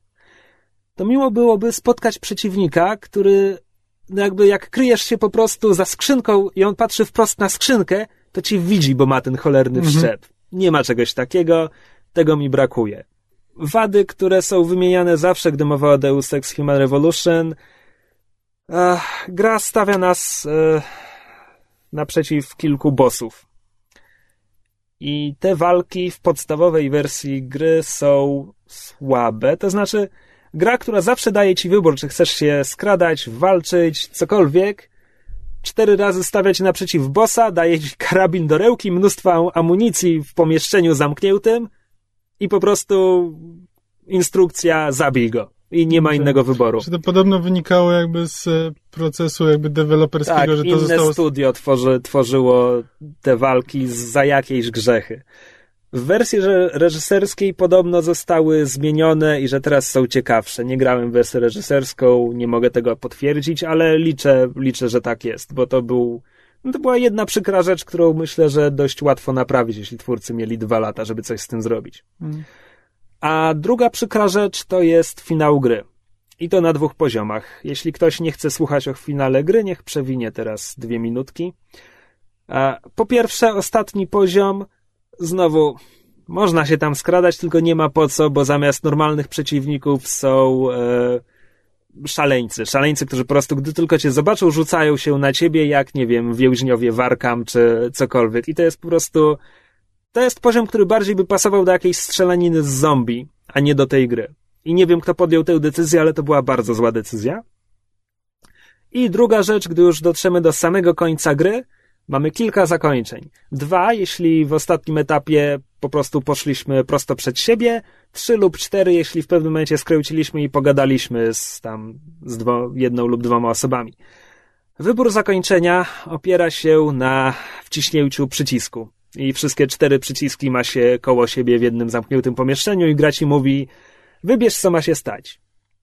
to miło byłoby spotkać przeciwnika, który no jakby jak kryjesz się po prostu za skrzynką i on patrzy wprost na skrzynkę, to cię widzi, bo ma ten cholerny wszczep. Mhm. Nie ma czegoś takiego, tego mi brakuje. Wady, które są wymieniane zawsze, gdy mowa o Deus Ex Human Revolution, ach, gra stawia nas e, naprzeciw kilku bossów. I te walki w podstawowej wersji gry są słabe. To znaczy, gra, która zawsze daje ci wybór, czy chcesz się skradać, walczyć, cokolwiek, cztery razy stawia cię naprzeciw bossa, daje ci karabin do ręki, mnóstwo amunicji w pomieszczeniu zamkniętym i po prostu instrukcja, zabij go. I nie ma innego wyboru. Czy to podobno wynikało jakby z procesu jakby deweloperskiego, tak, że to inne zostało... studio tworzy, tworzyło te walki za jakieś grzechy. W wersji reżyserskiej podobno zostały zmienione i że teraz są ciekawsze. Nie grałem w wersję reżyserską, nie mogę tego potwierdzić, ale liczę, liczę, że tak jest, bo to był, no to była jedna przykra rzecz, którą myślę, że dość łatwo naprawić, jeśli twórcy mieli dwa lata, żeby coś z tym zrobić. Hmm. A druga przykra rzecz to jest finał gry. I to na dwóch poziomach. Jeśli ktoś nie chce słuchać o finale gry, niech przewinie teraz dwie minutki. Po pierwsze, ostatni poziom, znowu można się tam skradać, tylko nie ma po co, bo zamiast normalnych przeciwników są e, szaleńcy. Szaleńcy, którzy po prostu, gdy tylko cię zobaczą, rzucają się na ciebie jak, nie wiem, więźniowie w Arkham czy cokolwiek. I to jest po prostu... to jest poziom, który bardziej by pasował do jakiejś strzelaniny z zombie, a nie do tej gry. I nie wiem, kto podjął tę decyzję, ale to była bardzo zła decyzja. I druga rzecz, gdy już dotrzemy do samego końca gry, mamy kilka zakończeń. Dwa, jeśli w ostatnim etapie po prostu poszliśmy prosto przed siebie. Trzy lub cztery, jeśli w pewnym momencie skręciliśmy i pogadaliśmy z tam z dwo, jedną lub dwoma osobami. Wybór zakończenia opiera się na wciśnięciu przycisku. I wszystkie cztery przyciski ma się koło siebie w jednym zamkniętym pomieszczeniu i gra ci mówi: wybierz, co ma się stać.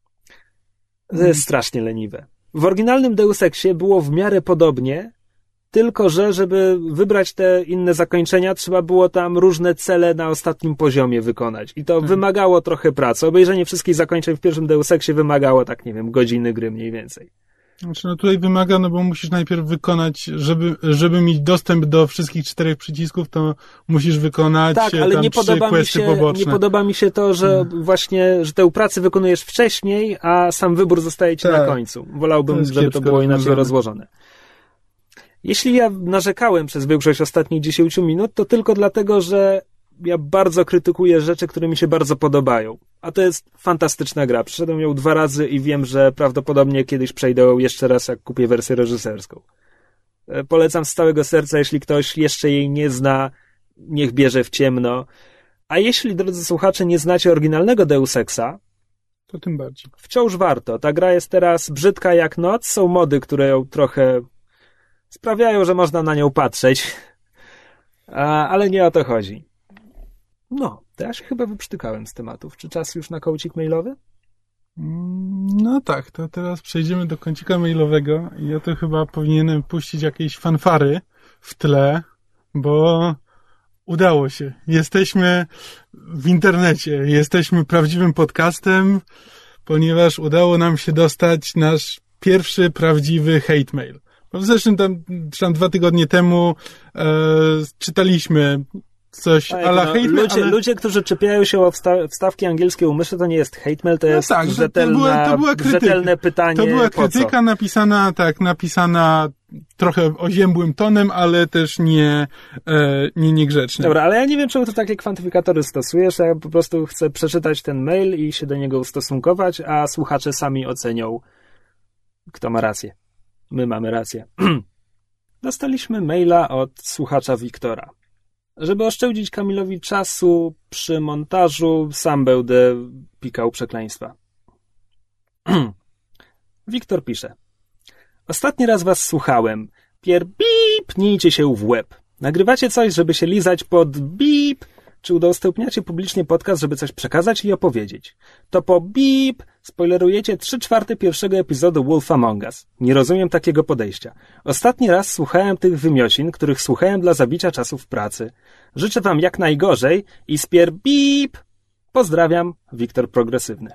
To jest strasznie leniwe. W oryginalnym Deus Exie było w miarę podobnie, tylko że żeby wybrać te inne zakończenia, trzeba było tam różne cele na ostatnim poziomie wykonać. I to hmm. wymagało trochę pracy. Obejrzenie wszystkich zakończeń w pierwszym Deus Exie wymagało, tak nie wiem, godziny gry mniej więcej. Znaczy, no tutaj wymaga, no bo musisz najpierw wykonać, żeby, żeby mieć dostęp do wszystkich czterech przycisków, to musisz wykonać tak, ale tam nie trzy podoba questy mi się, poboczne. Nie podoba mi się to, że hmm. właśnie, że tę pracę wykonujesz wcześniej, a sam wybór zostaje ci tak. na końcu. Wolałbym, to żeby to było inaczej rozwiązane. rozłożone. Jeśli ja narzekałem przez większość ostatnich dziesięciu minut, to tylko dlatego, że ja bardzo krytykuję rzeczy, które mi się bardzo podobają. A to jest fantastyczna gra. Przeszedłem ją dwa razy i wiem, że prawdopodobnie kiedyś przejdę ją jeszcze raz, jak kupię wersję reżyserską. Polecam z całego serca, jeśli ktoś jeszcze jej nie zna, niech bierze w ciemno. A jeśli, drodzy słuchacze, nie znacie oryginalnego Deus Exa, to tym bardziej. Wciąż warto. Ta gra jest teraz brzydka jak noc. Są mody, które ją trochę sprawiają, że można na nią patrzeć. A, ale nie o to chodzi. No, to ja się chyba wyprztykałem z tematów. Czy czas już na kącik mailowy? No tak, to teraz przejdziemy do kącika mailowego i ja to chyba powinienem puścić jakieś fanfary w tle, bo udało się. Jesteśmy w internecie, jesteśmy prawdziwym podcastem, ponieważ udało nam się dostać nasz pierwszy prawdziwy hate mail. W zeszłym tam, tam dwa tygodnie temu e, czytaliśmy coś tak, ala no, hate mail, ludzie, ale... ludzie, którzy czepiają się o wsta- wstawki angielskie u myszy, to nie jest hate mail, to jest no tak, rzetelna, to była, to była rzetelne pytanie. To była krytyka napisana, tak, napisana trochę oziębłym tonem, ale też nie, e, nie niegrzecznie. Dobra, ale ja nie wiem, czemu ty takie kwantyfikatory stosujesz, ja po prostu chcę przeczytać ten mail i się do niego ustosunkować, a słuchacze sami ocenią, kto ma rację. My mamy rację. Dostaliśmy maila od słuchacza Wiktora. Żeby oszczędzić Kamilowi czasu przy montażu, sam będę pikał przekleństwa. Wiktor pisze. Ostatni raz was słuchałem. Pier bip, pnijcie się w łeb. Nagrywacie coś, żeby się lizać pod bip, czy udostępniacie publicznie podcast, żeby coś przekazać i opowiedzieć. To po bip spoilerujecie trzy czwarte pierwszego epizodu Wolf Among Us. Nie rozumiem takiego podejścia. Ostatni raz słuchałem tych wymiosin, których słuchałem dla zabicia czasu w pracy. Życzę wam jak najgorzej i spier bip. Pozdrawiam, Wiktor Progresywny.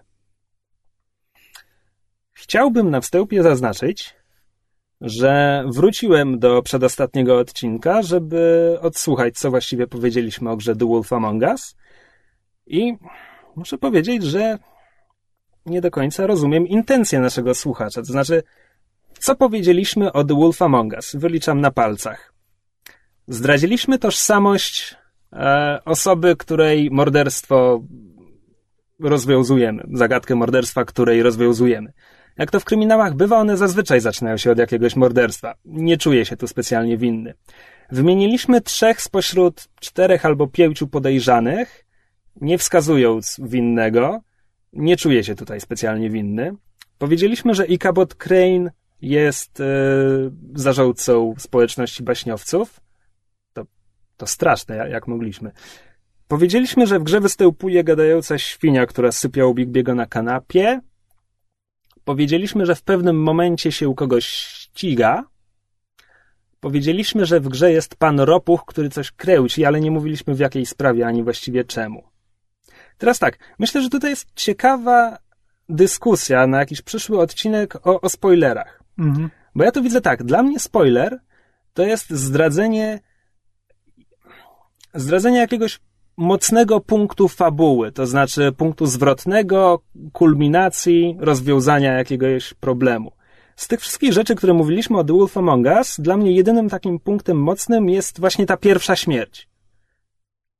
Chciałbym na wstępie zaznaczyć, że wróciłem do przedostatniego odcinka, żeby odsłuchać, co właściwie powiedzieliśmy o grze The Wolf Among Us i muszę powiedzieć, że nie do końca rozumiem intencje naszego słuchacza. To znaczy, co powiedzieliśmy o The Wolf Among Us? Wyliczam na palcach. Zdradziliśmy tożsamość e, osoby, której morderstwo rozwiązujemy. Zagadkę morderstwa, której rozwiązujemy. Jak to w kryminałach bywa, one zazwyczaj zaczynają się od jakiegoś morderstwa. Nie czuję się tu specjalnie winny. Wymieniliśmy trzech spośród czterech albo pięciu podejrzanych, nie wskazując winnego. Nie czuję się tutaj specjalnie winny. Powiedzieliśmy, że Ichabod Crane jest yy, zarządcą społeczności baśniowców. To, to straszne, jak mogliśmy. Powiedzieliśmy, że w grze występuje gadająca świnia, która sypia u Bigbiego na kanapie. Powiedzieliśmy, że w pewnym momencie się u kogoś ściga. Powiedzieliśmy, że w grze jest pan Ropuch, który coś kręci, ale nie mówiliśmy w jakiej sprawie, ani właściwie czemu. Teraz tak, myślę, że tutaj jest ciekawa dyskusja na jakiś przyszły odcinek o, o spoilerach. Mhm. Bo ja tu widzę tak, dla mnie spoiler to jest zdradzenie zdradzenie jakiegoś mocnego punktu fabuły, to znaczy punktu zwrotnego, kulminacji, rozwiązania jakiegoś problemu. Z tych wszystkich rzeczy, które mówiliśmy o The Wolf Among Us, dla mnie jedynym takim punktem mocnym jest właśnie ta pierwsza śmierć.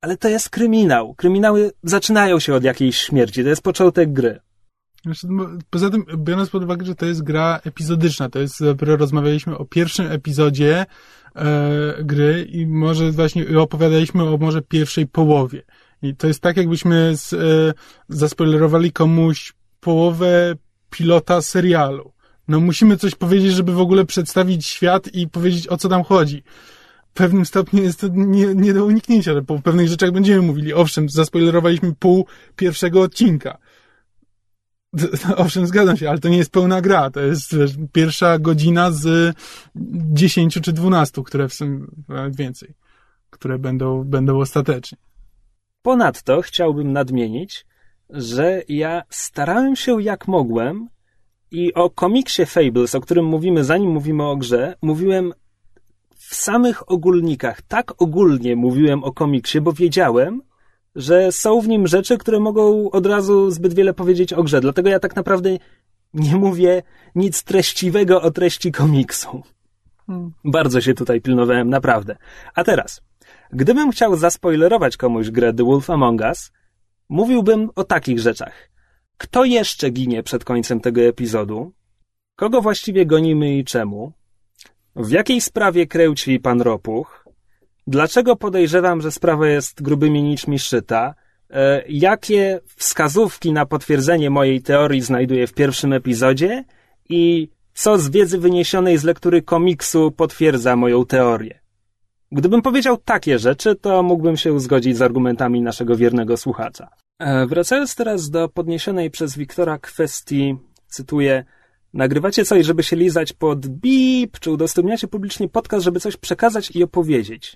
ale to jest kryminał. Kryminały zaczynają się od jakiejś śmierci, to jest początek gry. Poza tym, biorąc pod uwagę, że to jest gra epizodyczna, to jest, dopiero rozmawialiśmy o pierwszym epizodzie e, gry i może właśnie opowiadaliśmy o może pierwszej połowie. I to jest tak, jakbyśmy z, e, zaspoilerowali komuś połowę pilota serialu. No musimy coś powiedzieć, żeby w ogóle przedstawić świat i powiedzieć, o co tam chodzi. W pewnym stopniu jest to nie, nie do uniknięcia, że po pewnych rzeczach będziemy mówili. Owszem, zaspoilerowaliśmy pół pierwszego odcinka. Owszem, zgadzam się, ale to nie jest pełna gra. To jest wiesz, pierwsza godzina z dziesięciu czy dwunastu, które w sumie nawet więcej, które będą, będą ostatecznie. Ponadto chciałbym nadmienić, że ja starałem się jak mogłem i o komiksie Fables, o którym mówimy zanim mówimy o grze, mówiłem w samych ogólnikach. Tak ogólnie mówiłem o komiksie, bo wiedziałem, że są w nim rzeczy, które mogą od razu zbyt wiele powiedzieć o grze. Dlatego ja tak naprawdę nie mówię nic treściwego o treści komiksu. Hmm. Bardzo się tutaj pilnowałem, naprawdę. A teraz, gdybym chciał zaspoilerować komuś grę The Wolf Among Us, mówiłbym o takich rzeczach. Kto jeszcze ginie przed końcem tego epizodu? Kogo właściwie gonimy i czemu? W jakiej sprawie kręci pan Ropuch? Dlaczego podejrzewam, że sprawa jest grubymi nićmi szyta? E, jakie wskazówki na potwierdzenie mojej teorii znajduję w pierwszym epizodzie? I co z wiedzy wyniesionej z lektury komiksu potwierdza moją teorię? Gdybym powiedział takie rzeczy, to mógłbym się zgodzić z argumentami naszego wiernego słuchacza. E, wracając teraz do podniesionej przez Wiktora kwestii, cytuję, nagrywacie coś, żeby się lizać pod bip, czy udostępniacie publicznie podcast, żeby coś przekazać i opowiedzieć.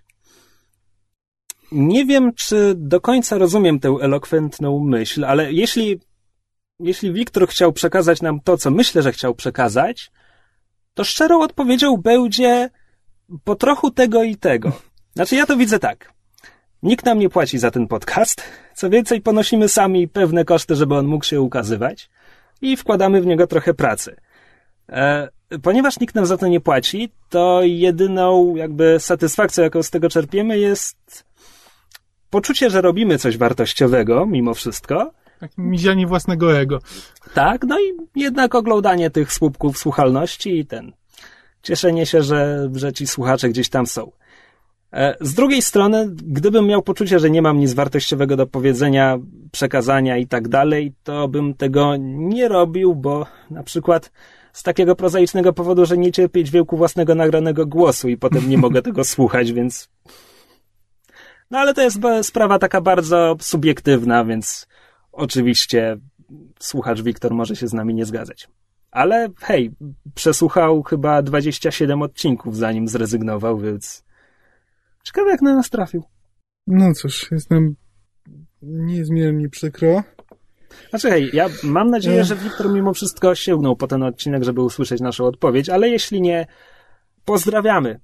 Nie wiem, czy do końca rozumiem tę elokwentną myśl, ale jeśli, jeśli Wiktor chciał przekazać nam to, co myślę, że chciał przekazać, to szczerą odpowiedzią będzie po trochu tego i tego. Znaczy, ja to widzę tak. Nikt nam nie płaci za ten podcast. Co więcej, ponosimy sami pewne koszty, żeby on mógł się ukazywać i wkładamy w niego trochę pracy. E, ponieważ nikt nam za to nie płaci, to jedyną jakby satysfakcją, jaką z tego czerpiemy, jest poczucie, że robimy coś wartościowego mimo wszystko. Tak, mizianie własnego ego. Tak, no i jednak oglądanie tych słupków słuchalności i ten cieszenie się, że, że ci słuchacze gdzieś tam są. Z drugiej strony, gdybym miał poczucie, że nie mam nic wartościowego do powiedzenia, przekazania i tak dalej, to bym tego nie robił, bo na przykład z takiego prozaicznego powodu, że nie cierpię dźwięku własnego nagranego głosu i potem nie mogę tego słuchać, więc... No ale to jest sprawa taka bardzo subiektywna, więc oczywiście słuchacz Wiktor może się z nami nie zgadzać. Ale hej, przesłuchał chyba dwadzieścia siedem odcinków, zanim zrezygnował, więc ciekawe jak na nas trafił. No cóż, jest nam niezmiernie przykro. Znaczy hej, ja mam nadzieję, że Wiktor mimo wszystko sięgnął po ten odcinek, żeby usłyszeć naszą odpowiedź, ale jeśli nie, pozdrawiamy.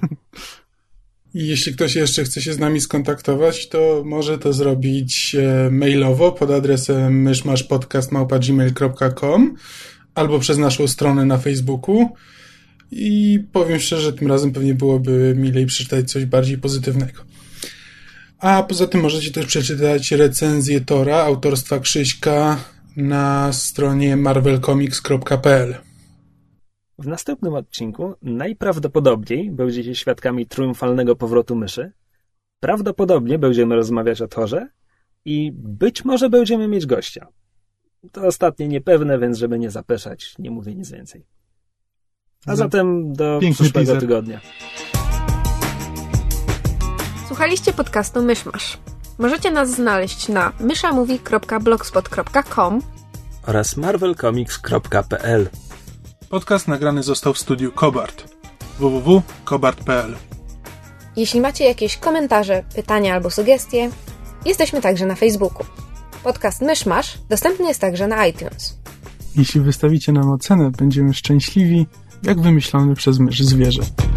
I jeśli ktoś jeszcze chce się z nami skontaktować, to może to zrobić mailowo pod adresem myszmaszpodcast małpa gmail kropka com albo przez naszą stronę na Facebooku i powiem szczerze, tym razem pewnie byłoby milej przeczytać coś bardziej pozytywnego. A poza tym możecie też przeczytać recenzję Tora autorstwa Krzyśka na stronie marvel comics kropka p l. W następnym odcinku najprawdopodobniej będziecie świadkami triumfalnego powrotu myszy. Prawdopodobnie będziemy rozmawiać o Torze i być może będziemy mieć gościa. To ostatnie niepewne, więc żeby nie zapeszać, nie mówię nic więcej. A zatem do Piękny przyszłego teaser. tygodnia. Słuchaliście podcastu Myszmasz. Możecie nas znaleźć na myszamówi kropka blogspot kropka com oraz marvel comics kropka p l. Podcast nagrany został w studiu Kobart. w w w kropka kobart kropka p l. Jeśli macie jakieś komentarze, pytania albo sugestie, jesteśmy także na Facebooku. Podcast Myszmasz dostępny jest także na iTunes. Jeśli wystawicie nam ocenę, będziemy szczęśliwi, jak wymyślony przez mysz zwierzę.